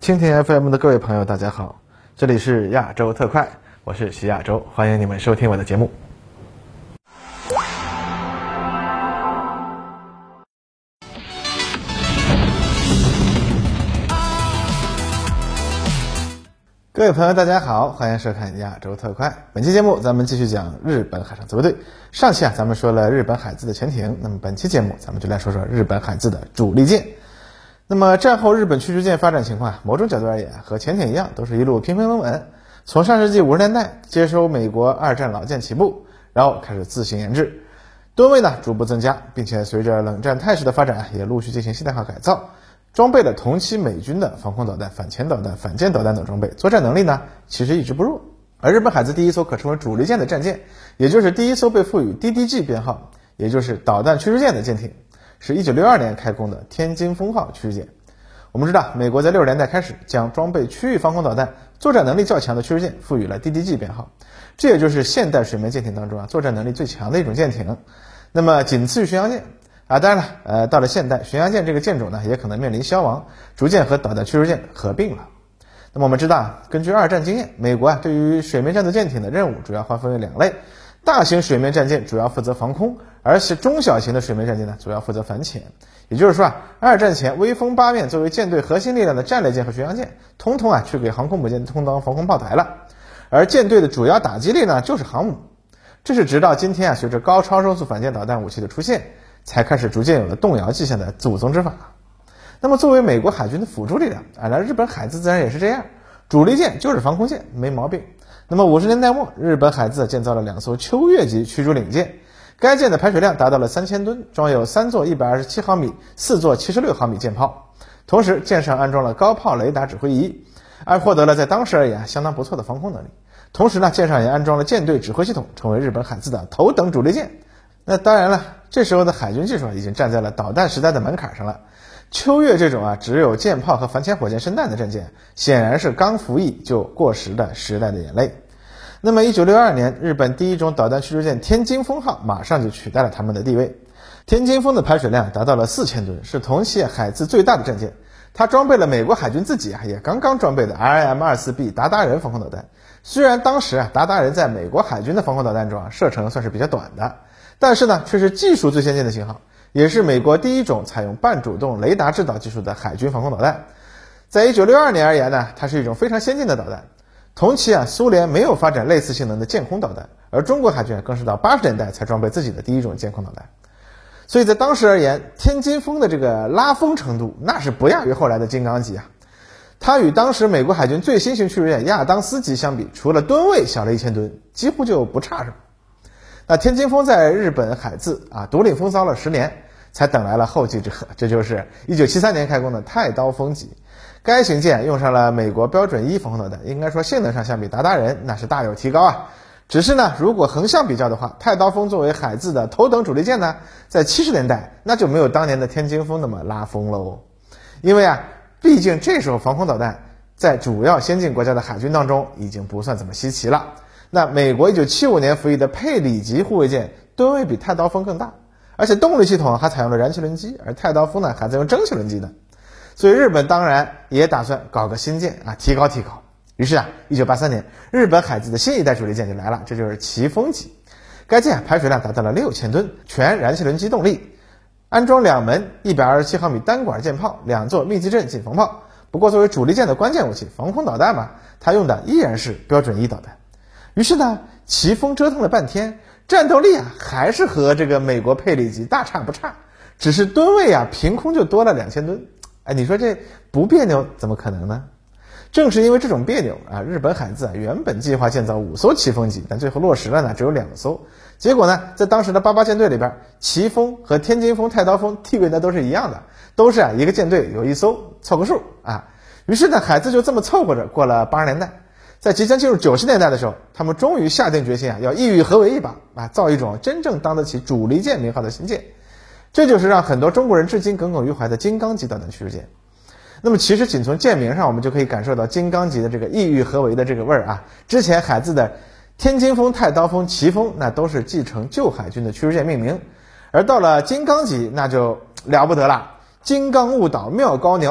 蜻蜓 FM 的各位朋友大家好，这里是亚洲特快，我是徐亚洲，欢迎你们收听我的节目。各位朋友大家好，欢迎收看亚洲特快。本期节目咱们继续讲日本海上自卫队。上期咱们说了日本海自的潜艇，那么本期节目咱们就来说说日本海自的主力舰。那么战后日本驱逐舰发展情况，某种角度而言和潜艇一样，都是一路平平稳稳。从上世纪50年代接收美国二战老舰起步，然后开始自行研制，吨位逐步增加，并且随着冷战态势的发展，也陆续进行现代化改造，装备了同期美军的防空导弹、反潜导弹、反舰导弹等装备，作战能力其实一直不弱。而日本海自第一艘可称为主力舰的战舰，也就是第一艘被赋予 DDG 编号，也就是导弹驱逐舰的舰艇，是1962年开工的天津风号驱逐舰。我们知道，美国在60年代开始将装备区域防空导弹、作战能力较强的驱逐舰赋予了 DDG 编号，这也就是现代水面舰艇当中作战能力最强的一种舰艇。那么仅次于巡洋舰当然了，到了现代，巡洋舰这个舰种也可能面临消亡，逐渐和导弹驱逐舰合并了。那么我们知道，根据二战经验，美国对于水面战斗舰艇的任务主要划分为两类，大型水面战舰主要负责防空，而是中小型的水面战舰主要负责反潜。也就是说二战前威风八面作为舰队核心力量的战列舰和巡洋舰，通通去给航空母舰充当防空炮台了，而舰队的主要打击力就是航母。这是直到今天随着高超声速反舰导弹武器的出现，才开始逐渐有了动摇迹象的祖宗之法。那么作为美国海军的辅助力量，那日本海自自然也是这样，主力舰就是防空舰，没毛病。那么50年代末，日本海自建造了2艘秋月级驱逐领舰，该舰的排水量达到了3000吨，装有3座127毫米、4座76毫米舰炮，同时舰上安装了高炮雷达指挥仪，获得了在当时而言相当不错的防空能力。同时舰上也安装了舰队指挥系统，成为日本海自的头等主力舰。那当然了，这时候的海军技术已经站在了导弹时代的门槛上了。秋月这种只有舰炮和反潜火箭生弹的战舰，显然是刚服役就过时的时代的眼泪。那么1962年，日本第一种导弹驱逐舰天津风号马上就取代了他们的地位。天津风的排水量达到了4000吨，是同期海自最大的战舰。它装备了美国海军自己也刚刚装备的 IM-24B 达达人防空导弹。虽然当时达达人在美国海军的防空导弹中射程算是比较短的，但是却是技术最先进的型号，也是美国第一种采用半主动雷达制导技术的海军防空导弹。在1962年而言它是一种非常先进的导弹。同期苏联没有发展类似性能的舰空导弹，而中国海军更是到80年代才装备自己的第一种舰空导弹。所以在当时而言，天津风的这个拉风程度那是不亚于后来的金刚级它与当时美国海军最新型驱逐舰亚当斯级相比，除了吨位小了1000吨，几乎就不差什么。那天津风在日本海自独领风骚了10年，才等来了后继者，这就是1973年开工的太刀锋级。该型舰用上了美国标准1防空导弹，应该说性能上相比达达人那是大有提高只是如果横向比较的话，太刀锋作为海自的头等主力舰在70年代那就没有当年的天津风那么拉风喽。因为毕竟这时候防空导弹在主要先进国家的海军当中已经不算怎么稀奇了。那美国1975年服役的佩里级护卫舰吨位比太刀锋更大，而且动力系统还采用了燃气轮机，而太刀锋还在用蒸汽轮机的。所以日本当然也打算搞个新舰提高。于是1983年，日本海自的新一代主力舰就来了，这就是奇风级。该舰排水量达到了6000吨，全燃气轮机动力，安装2门127毫米单管舰炮，2座密集阵近防炮。不过作为主力舰的关键武器防空导弹它用的依然是标准1导弹。于是奇风折腾了半天，战斗力还是和这个美国佩里级大差不差，只是吨位凭空就多了2000吨。你说这不别扭怎么可能呢？正是因为这种别扭日本海自原本计划建造5艘奇风级，但最后落实了只有2艘。结果在当时的88舰队里边，奇风和天津风、太刀锋地位都是一样的，都是一个舰队有1艘，凑个数于是海自就这么凑合着过了80年代。在即将进入90年代的时候，他们终于下定决心要意欲合为一把造一种真正当得起主力舰名号的新舰。这就是让很多中国人至今耿耿于怀的金刚级导弹驱逐舰。那么其实仅从舰名上我们就可以感受到金刚级的这个意欲合为的这个味儿之前海自的天津风、太刀锋、奇风那都是继承旧海军的驱逐舰命名，而到了金刚级那就了不得了，金刚误岛妙高鸟海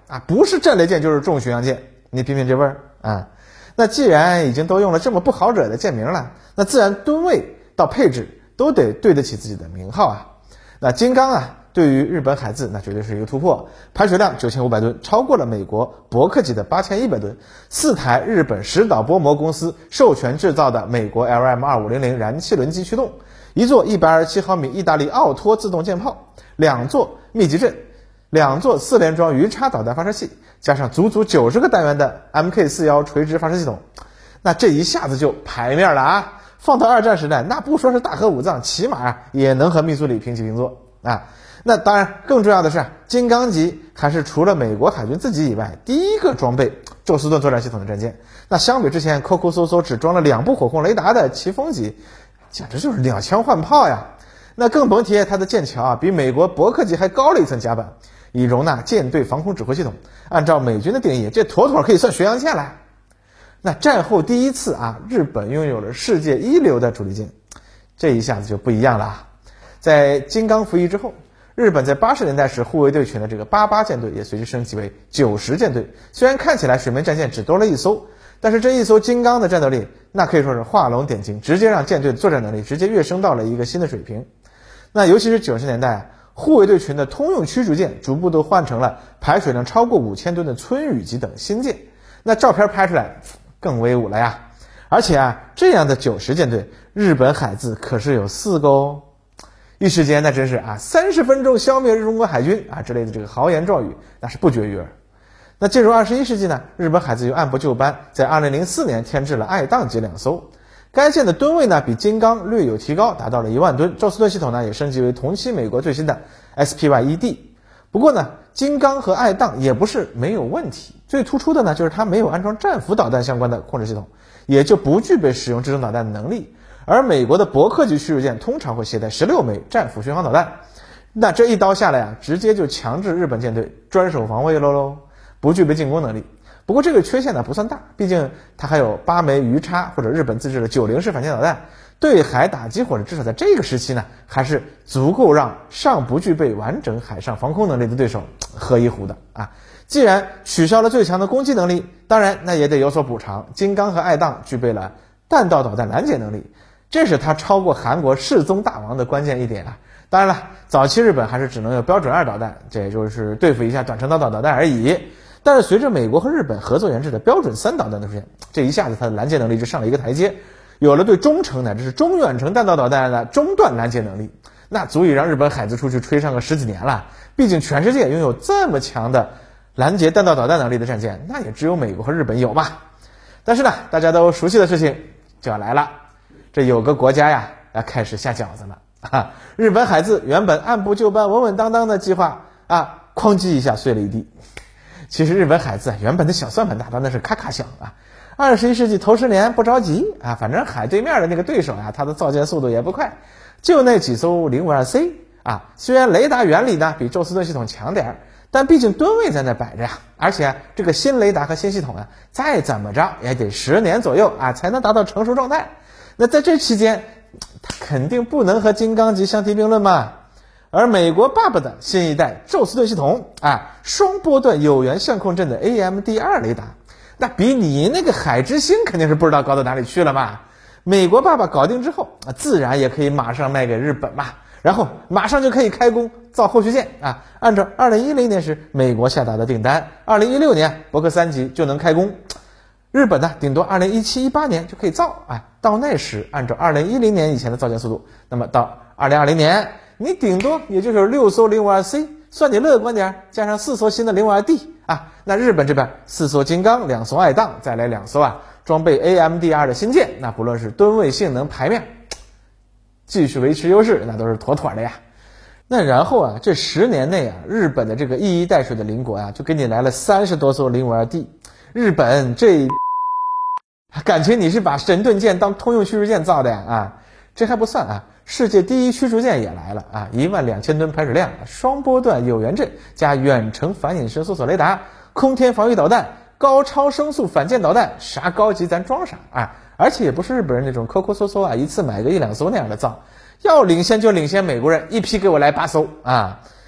啊，不是战列舰就是重巡洋舰，你品品这味儿啊。那既然已经都用了这么不好惹的舰名了，那自然吨位到配置都得对得起自己的名号啊。那金刚啊，对于日本海自那绝对是一个突破，排水量9500吨，超过了美国伯克级的8100吨，4台日本石岛波摩公司授权制造的美国 LM2500燃气轮机驱动，1座127毫米意大利奥托自动舰炮，2座密集阵，2座4连装鱼叉导弹发射器，加上足足90个单元的 MK41垂直发射系统，那这一下子就牌面了啊！放到二战时代，那不说是大和武藏，起码也能和密苏里平起平坐啊！那当然，更重要的是，金刚级还是除了美国海军自己以外，第一个装备宙斯盾作战系统的战舰。那相比之前抠抠搜搜只装了2部火控雷达的奇风级，简直就是两枪换炮呀！那更甭提它的舰桥啊，比美国伯克级还高了一层甲板，以容纳舰队防空指挥系统。按照美军的定义，这妥妥可以算巡洋舰了。那战后第一次啊，日本拥有了世界一流的主力舰，这一下子就不一样了。在金刚服役之后，日本在80年代时护卫队群的这个88舰队也随之升级为90舰队。虽然看起来水面战舰只多了一艘，但是这一艘金刚的战斗力那可以说是画龙点睛，直接让舰队的作战能力直接跃升到了一个新的水平。那尤其是90年代护卫队群的通用驱逐舰逐步都换成了排水量超过5000吨的村雨级等新舰，那照片拍出来更威武了呀！而且啊，这样的90舰队，日本海自可是有4个哦。一时间那真是啊，30分钟消灭中国海军啊之类的这个豪言壮语，那是不绝于耳。那进入21世纪呢，日本海自又按部就班，在2004年添置了爱宕级2艘。该舰的吨位呢比金刚略有提高，达到了1万吨。宙斯盾系统呢也升级为同期美国最新的 SPY-1D。不过呢，金刚和爱宕也不是没有问题，最突出的呢就是它没有安装战斧导弹相关的控制系统，也就不具备使用这种导弹的能力。而美国的伯克级驱逐舰通常会携带16枚战斧巡航导弹，那这一刀下来啊，直接就强制日本舰队专守防卫喽，不具备进攻能力。不过这个缺陷呢不算大，毕竟它还有8枚鱼叉或者日本自制的90式反舰导弹，对海打击或者至少在这个时期呢，还是足够让尚不具备完整海上防空能力的对手喝一壶的啊。既然取消了最强的攻击能力，当然那也得有所补偿。金刚和爱宕具备了弹道导弹拦截能力，这是它超过韩国世宗大王的关键一点啊。当然了，早期日本还是只能有标准2导弹，这也就是对付一下短程导导弹而已。但是随着美国和日本合作研制的标准3导弹的出现，这一下子它的拦截能力就上了一个台阶，有了对中程乃至是中远程弹道导弹的中段拦截能力，那足以让日本海自出去吹上个10几年了。毕竟全世界拥有这么强的拦截弹道导弹能力的战舰，那也只有美国和日本有嘛。但是呢，大家都熟悉的事情就要来了，这有个国家呀要开始下饺子了啊！日本海自原本按部就班稳稳当当的计划啊，哐叽一下碎了一地。其实日本海自原本的小算盘打到那是咔咔响啊。21世纪头10年不着急啊，反正海对面的那个对手啊，它的造舰速度也不快，就那几艘052C啊，虽然雷达原理呢比宙斯盾系统强点，但毕竟吨位在那摆着呀，而且这个新雷达和新系统啊，再怎么着也得10年左右啊才能达到成熟状态。那在这期间，它肯定不能和金刚级相提并论嘛。而美国爸爸的新一代宙斯盾系统啊，双波段有源相控阵的 AMD2 雷达，那比你那个海之星肯定是不知道高到哪里去了嘛。美国爸爸搞定之后啊，自然也可以马上卖给日本嘛，然后马上就可以开工造后续舰啊。按照2010年时美国下达的订单，2016年伯克3级就能开工。日本呢，顶多2017、18年就可以造啊。到那时，按照2010年以前的造舰速度，那么到2020年，你顶多也就是6艘052C，算你乐观点，加上4艘新的052D啊。那日本这边4艘金刚，2艘爱宕，再来2艘啊装备 AMD2 的新舰，那不论是吨位、性能、排面，继续维持优势，那都是妥妥的呀。那然后啊，这10年内啊，日本的这个一衣带水的邻国啊，就给你来了30多艘052D。日本这感情你是把神盾舰当通用驱逐舰造的呀啊！这还不算啊，世界第一驱逐舰也来了啊！12000吨排水量，双波段有源阵加远程反隐身搜索雷达，空天防御导弹，高超声速反舰导弹，啥高级咱装啥啊！而且也不是日本人那种抠抠搜搜啊，一次买个1、2艘那样的造，要领先就领先美国人，一批给我来8艘啊！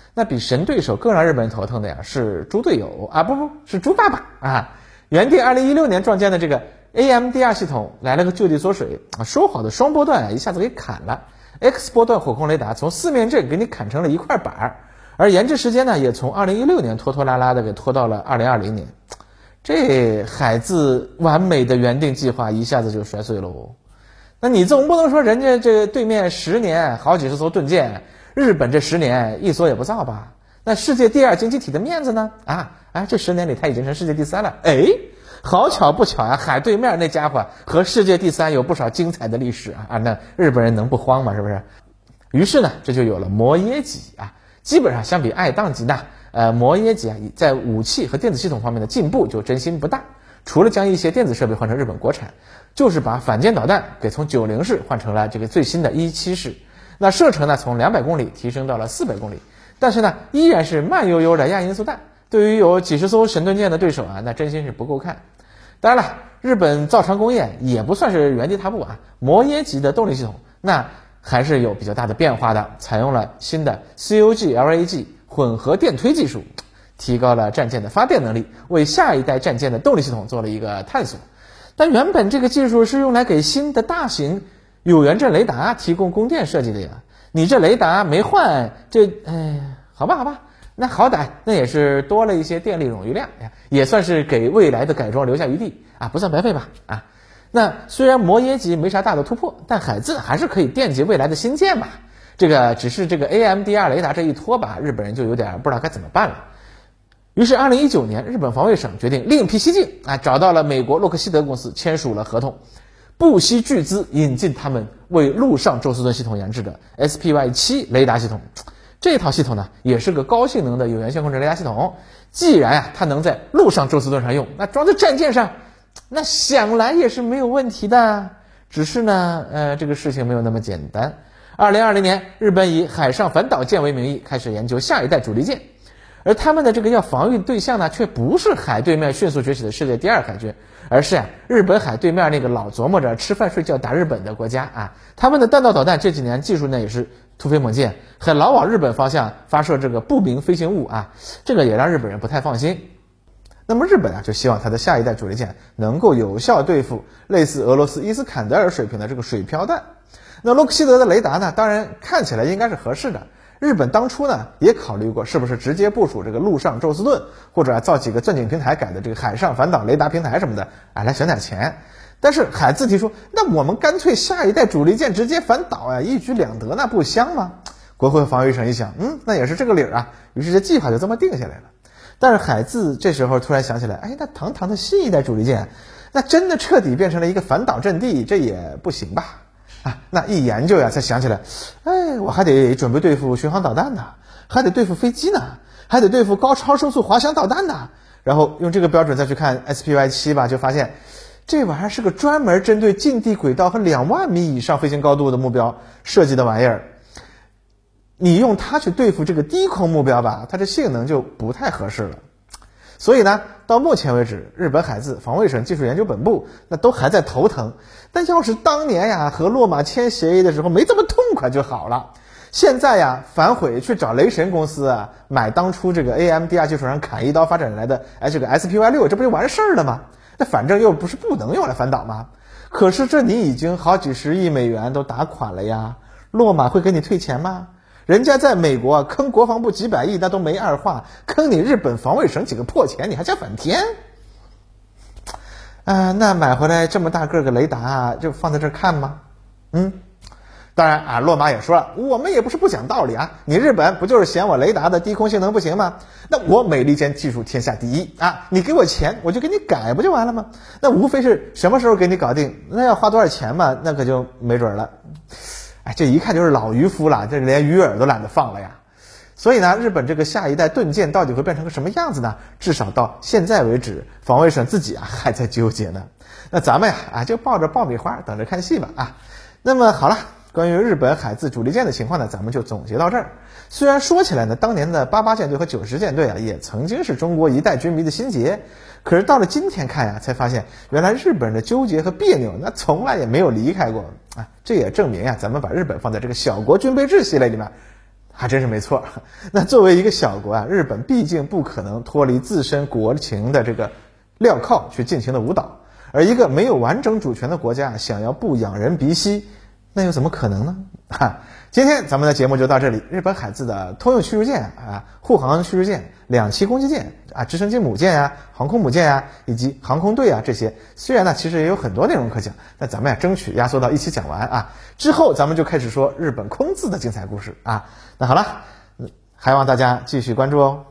那比神对手更让日本人头疼的呀是猪队友啊，不是猪爸爸啊。原定2016年撞歼的这个 AMDR 系统来了个就地缩水，说好的双波段一下子给砍了。X 波段火控雷达从4面阵给你砍成了一块板，而研制时间呢也从2016年拖拖拉拉的给拖到了2020年。这海自完美的原定计划一下子就摔碎喽。那你总不能说人家这对面10年好几十艘盾舰，日本这10年一艘也不造吧？那世界第2经济体的面子呢？这10年里它已经成世界第3了。好巧不巧啊，海对面那家伙和世界第3有不少精彩的历史啊，那日本人能不慌吗？是不是？于是呢，这就有了摩耶级啊。基本上相比爱宕级呢，摩耶级啊在武器和电子系统方面的进步就真心不大，除了将一些电子设备换成日本国产，就是把反舰导弹给从90式换成了这个最新的17式。那射程呢从200公里提升到了400公里，但是呢依然是慢悠悠的亚音速弹，对于有几十艘神盾舰的对手啊，那真心是不够看。当然了，日本造船工业也不算是原地踏步啊，摩耶级的动力系统那还是有比较大的变化的，采用了新的 COG-LAG 混合电推技术，提高了战舰的发电能力，为下一代战舰的动力系统做了一个探索。但原本这个技术是用来给新的大型有源阵雷达提供供电设计的呀，你这雷达没换，好吧，那好歹那也是多了一些电力冗余量呀，也算是给未来的改装留下余地啊，不算白费吧啊。那虽然摩耶级没啥大的突破，但海自还是可以惦记未来的新舰嘛。这个只是这个 AMDR 雷达这一拖吧，日本人就有点不知道该怎么办了。于是2019年，日本防卫省决定另辟蹊径啊，找到了美国洛克希德公司签署了合同，不惜巨资引进他们为陆上宙斯盾系统研制的 SPY-7 雷达系统。这套系统呢，也是个高性能的有源线控制雷达系统。既然它能在陆上宙斯盾上用，那装在战舰上，那想来也是没有问题的。只是呢，这个事情没有那么简单。2020年，日本以海上反导舰为名义开始研究下一代主力舰，而他们的这个要防御对象呢，却不是海对面迅速崛起的世界第2海军，而是日本海对面那个老琢磨着吃饭睡觉打日本的国家啊。他们的弹道导弹这几年技术呢也是突飞猛进，还老往日本方向发射这个不明飞行物啊，这个也让日本人不太放心。那么日本就希望它的下一代主力舰能够有效对付类似俄罗斯伊斯坎德尔水平的这个水飘弹。那洛克希德的雷达呢，当然看起来应该是合适的。日本当初呢也考虑过是不是直接部署这个陆上宙斯盾，或者造几个钻井平台改的这个海上反导雷达平台什么的，来省点钱。但是海自提出，那我们干脆下一代主力舰直接反导一举两得，那不香吗？国会防卫省一想，那也是这个理啊，于是这计划就这么定下来了。但是海自这时候突然想起来，那堂堂的新一代主力舰，那真的彻底变成了一个反导阵地，这也不行吧？那一研究才想起来，我还得准备对付巡航导弹呢，还得对付飞机呢，还得对付高超声速滑翔导弹呢。然后用这个标准再去看 SPY-7 吧，就发现这玩意儿是个专门针对近地轨道和2万米以上飞行高度的目标设计的玩意儿。你用它去对付这个低空目标吧，它这性能就不太合适了。所以呢，到目前为止，日本海自防卫省技术研究本部那都还在头疼。但要是当年和洛马签协议的时候没这么痛快就好了。现在反悔去找雷神公司买当初这个 AMDR 技术上砍一刀发展来的这个 SPY-6，这不就完事儿了吗？那反正又不是不能用来反导吗？可是这你已经好几十亿美元都打款了呀，洛马会给你退钱吗？人家在美国坑国防部几百亿那都没二话，坑你日本防卫省几个破钱你还想反天？那买回来这么大个雷达就放在这看吗？当然洛马也说了，我们也不是不讲道理你日本不就是嫌我雷达的低空性能不行吗？那我美利坚技术天下第一你给我钱我就给你改不就完了吗？那无非是什么时候给你搞定，那要花多少钱嘛，那可就没准了。这一看就是老渔夫了，这连鱼饵都懒得放了呀。所以呢，日本这个下一代盾舰到底会变成个什么样子呢？至少到现在为止，防卫省自己还在纠结呢。那咱们就抱着爆米花等着看戏吧那么好了，关于日本海自主力舰的情况呢，咱们就总结到这儿。虽然说起来呢，当年的88舰队和90舰队也曾经是中国一代军迷的心结，可是到了今天看才发现原来日本人的纠结和别扭那从来也没有离开过这也证明咱们把日本放在这个小国军备制系列里面还真是没错。那作为一个小国啊，日本毕竟不可能脱离自身国情的这个镣铐去尽情的舞蹈，而一个没有完整主权的国家想要不仰人鼻息，那又怎么可能呢？今天咱们的节目就到这里。日本海自的通用驱逐舰护航驱逐舰、两栖攻击舰直升机母舰航空母舰以及航空队这些，虽然呢其实也有很多内容可讲，但咱们争取压缩到一起讲完之后咱们就开始说日本空自的精彩故事那好了，还望大家继续关注哦。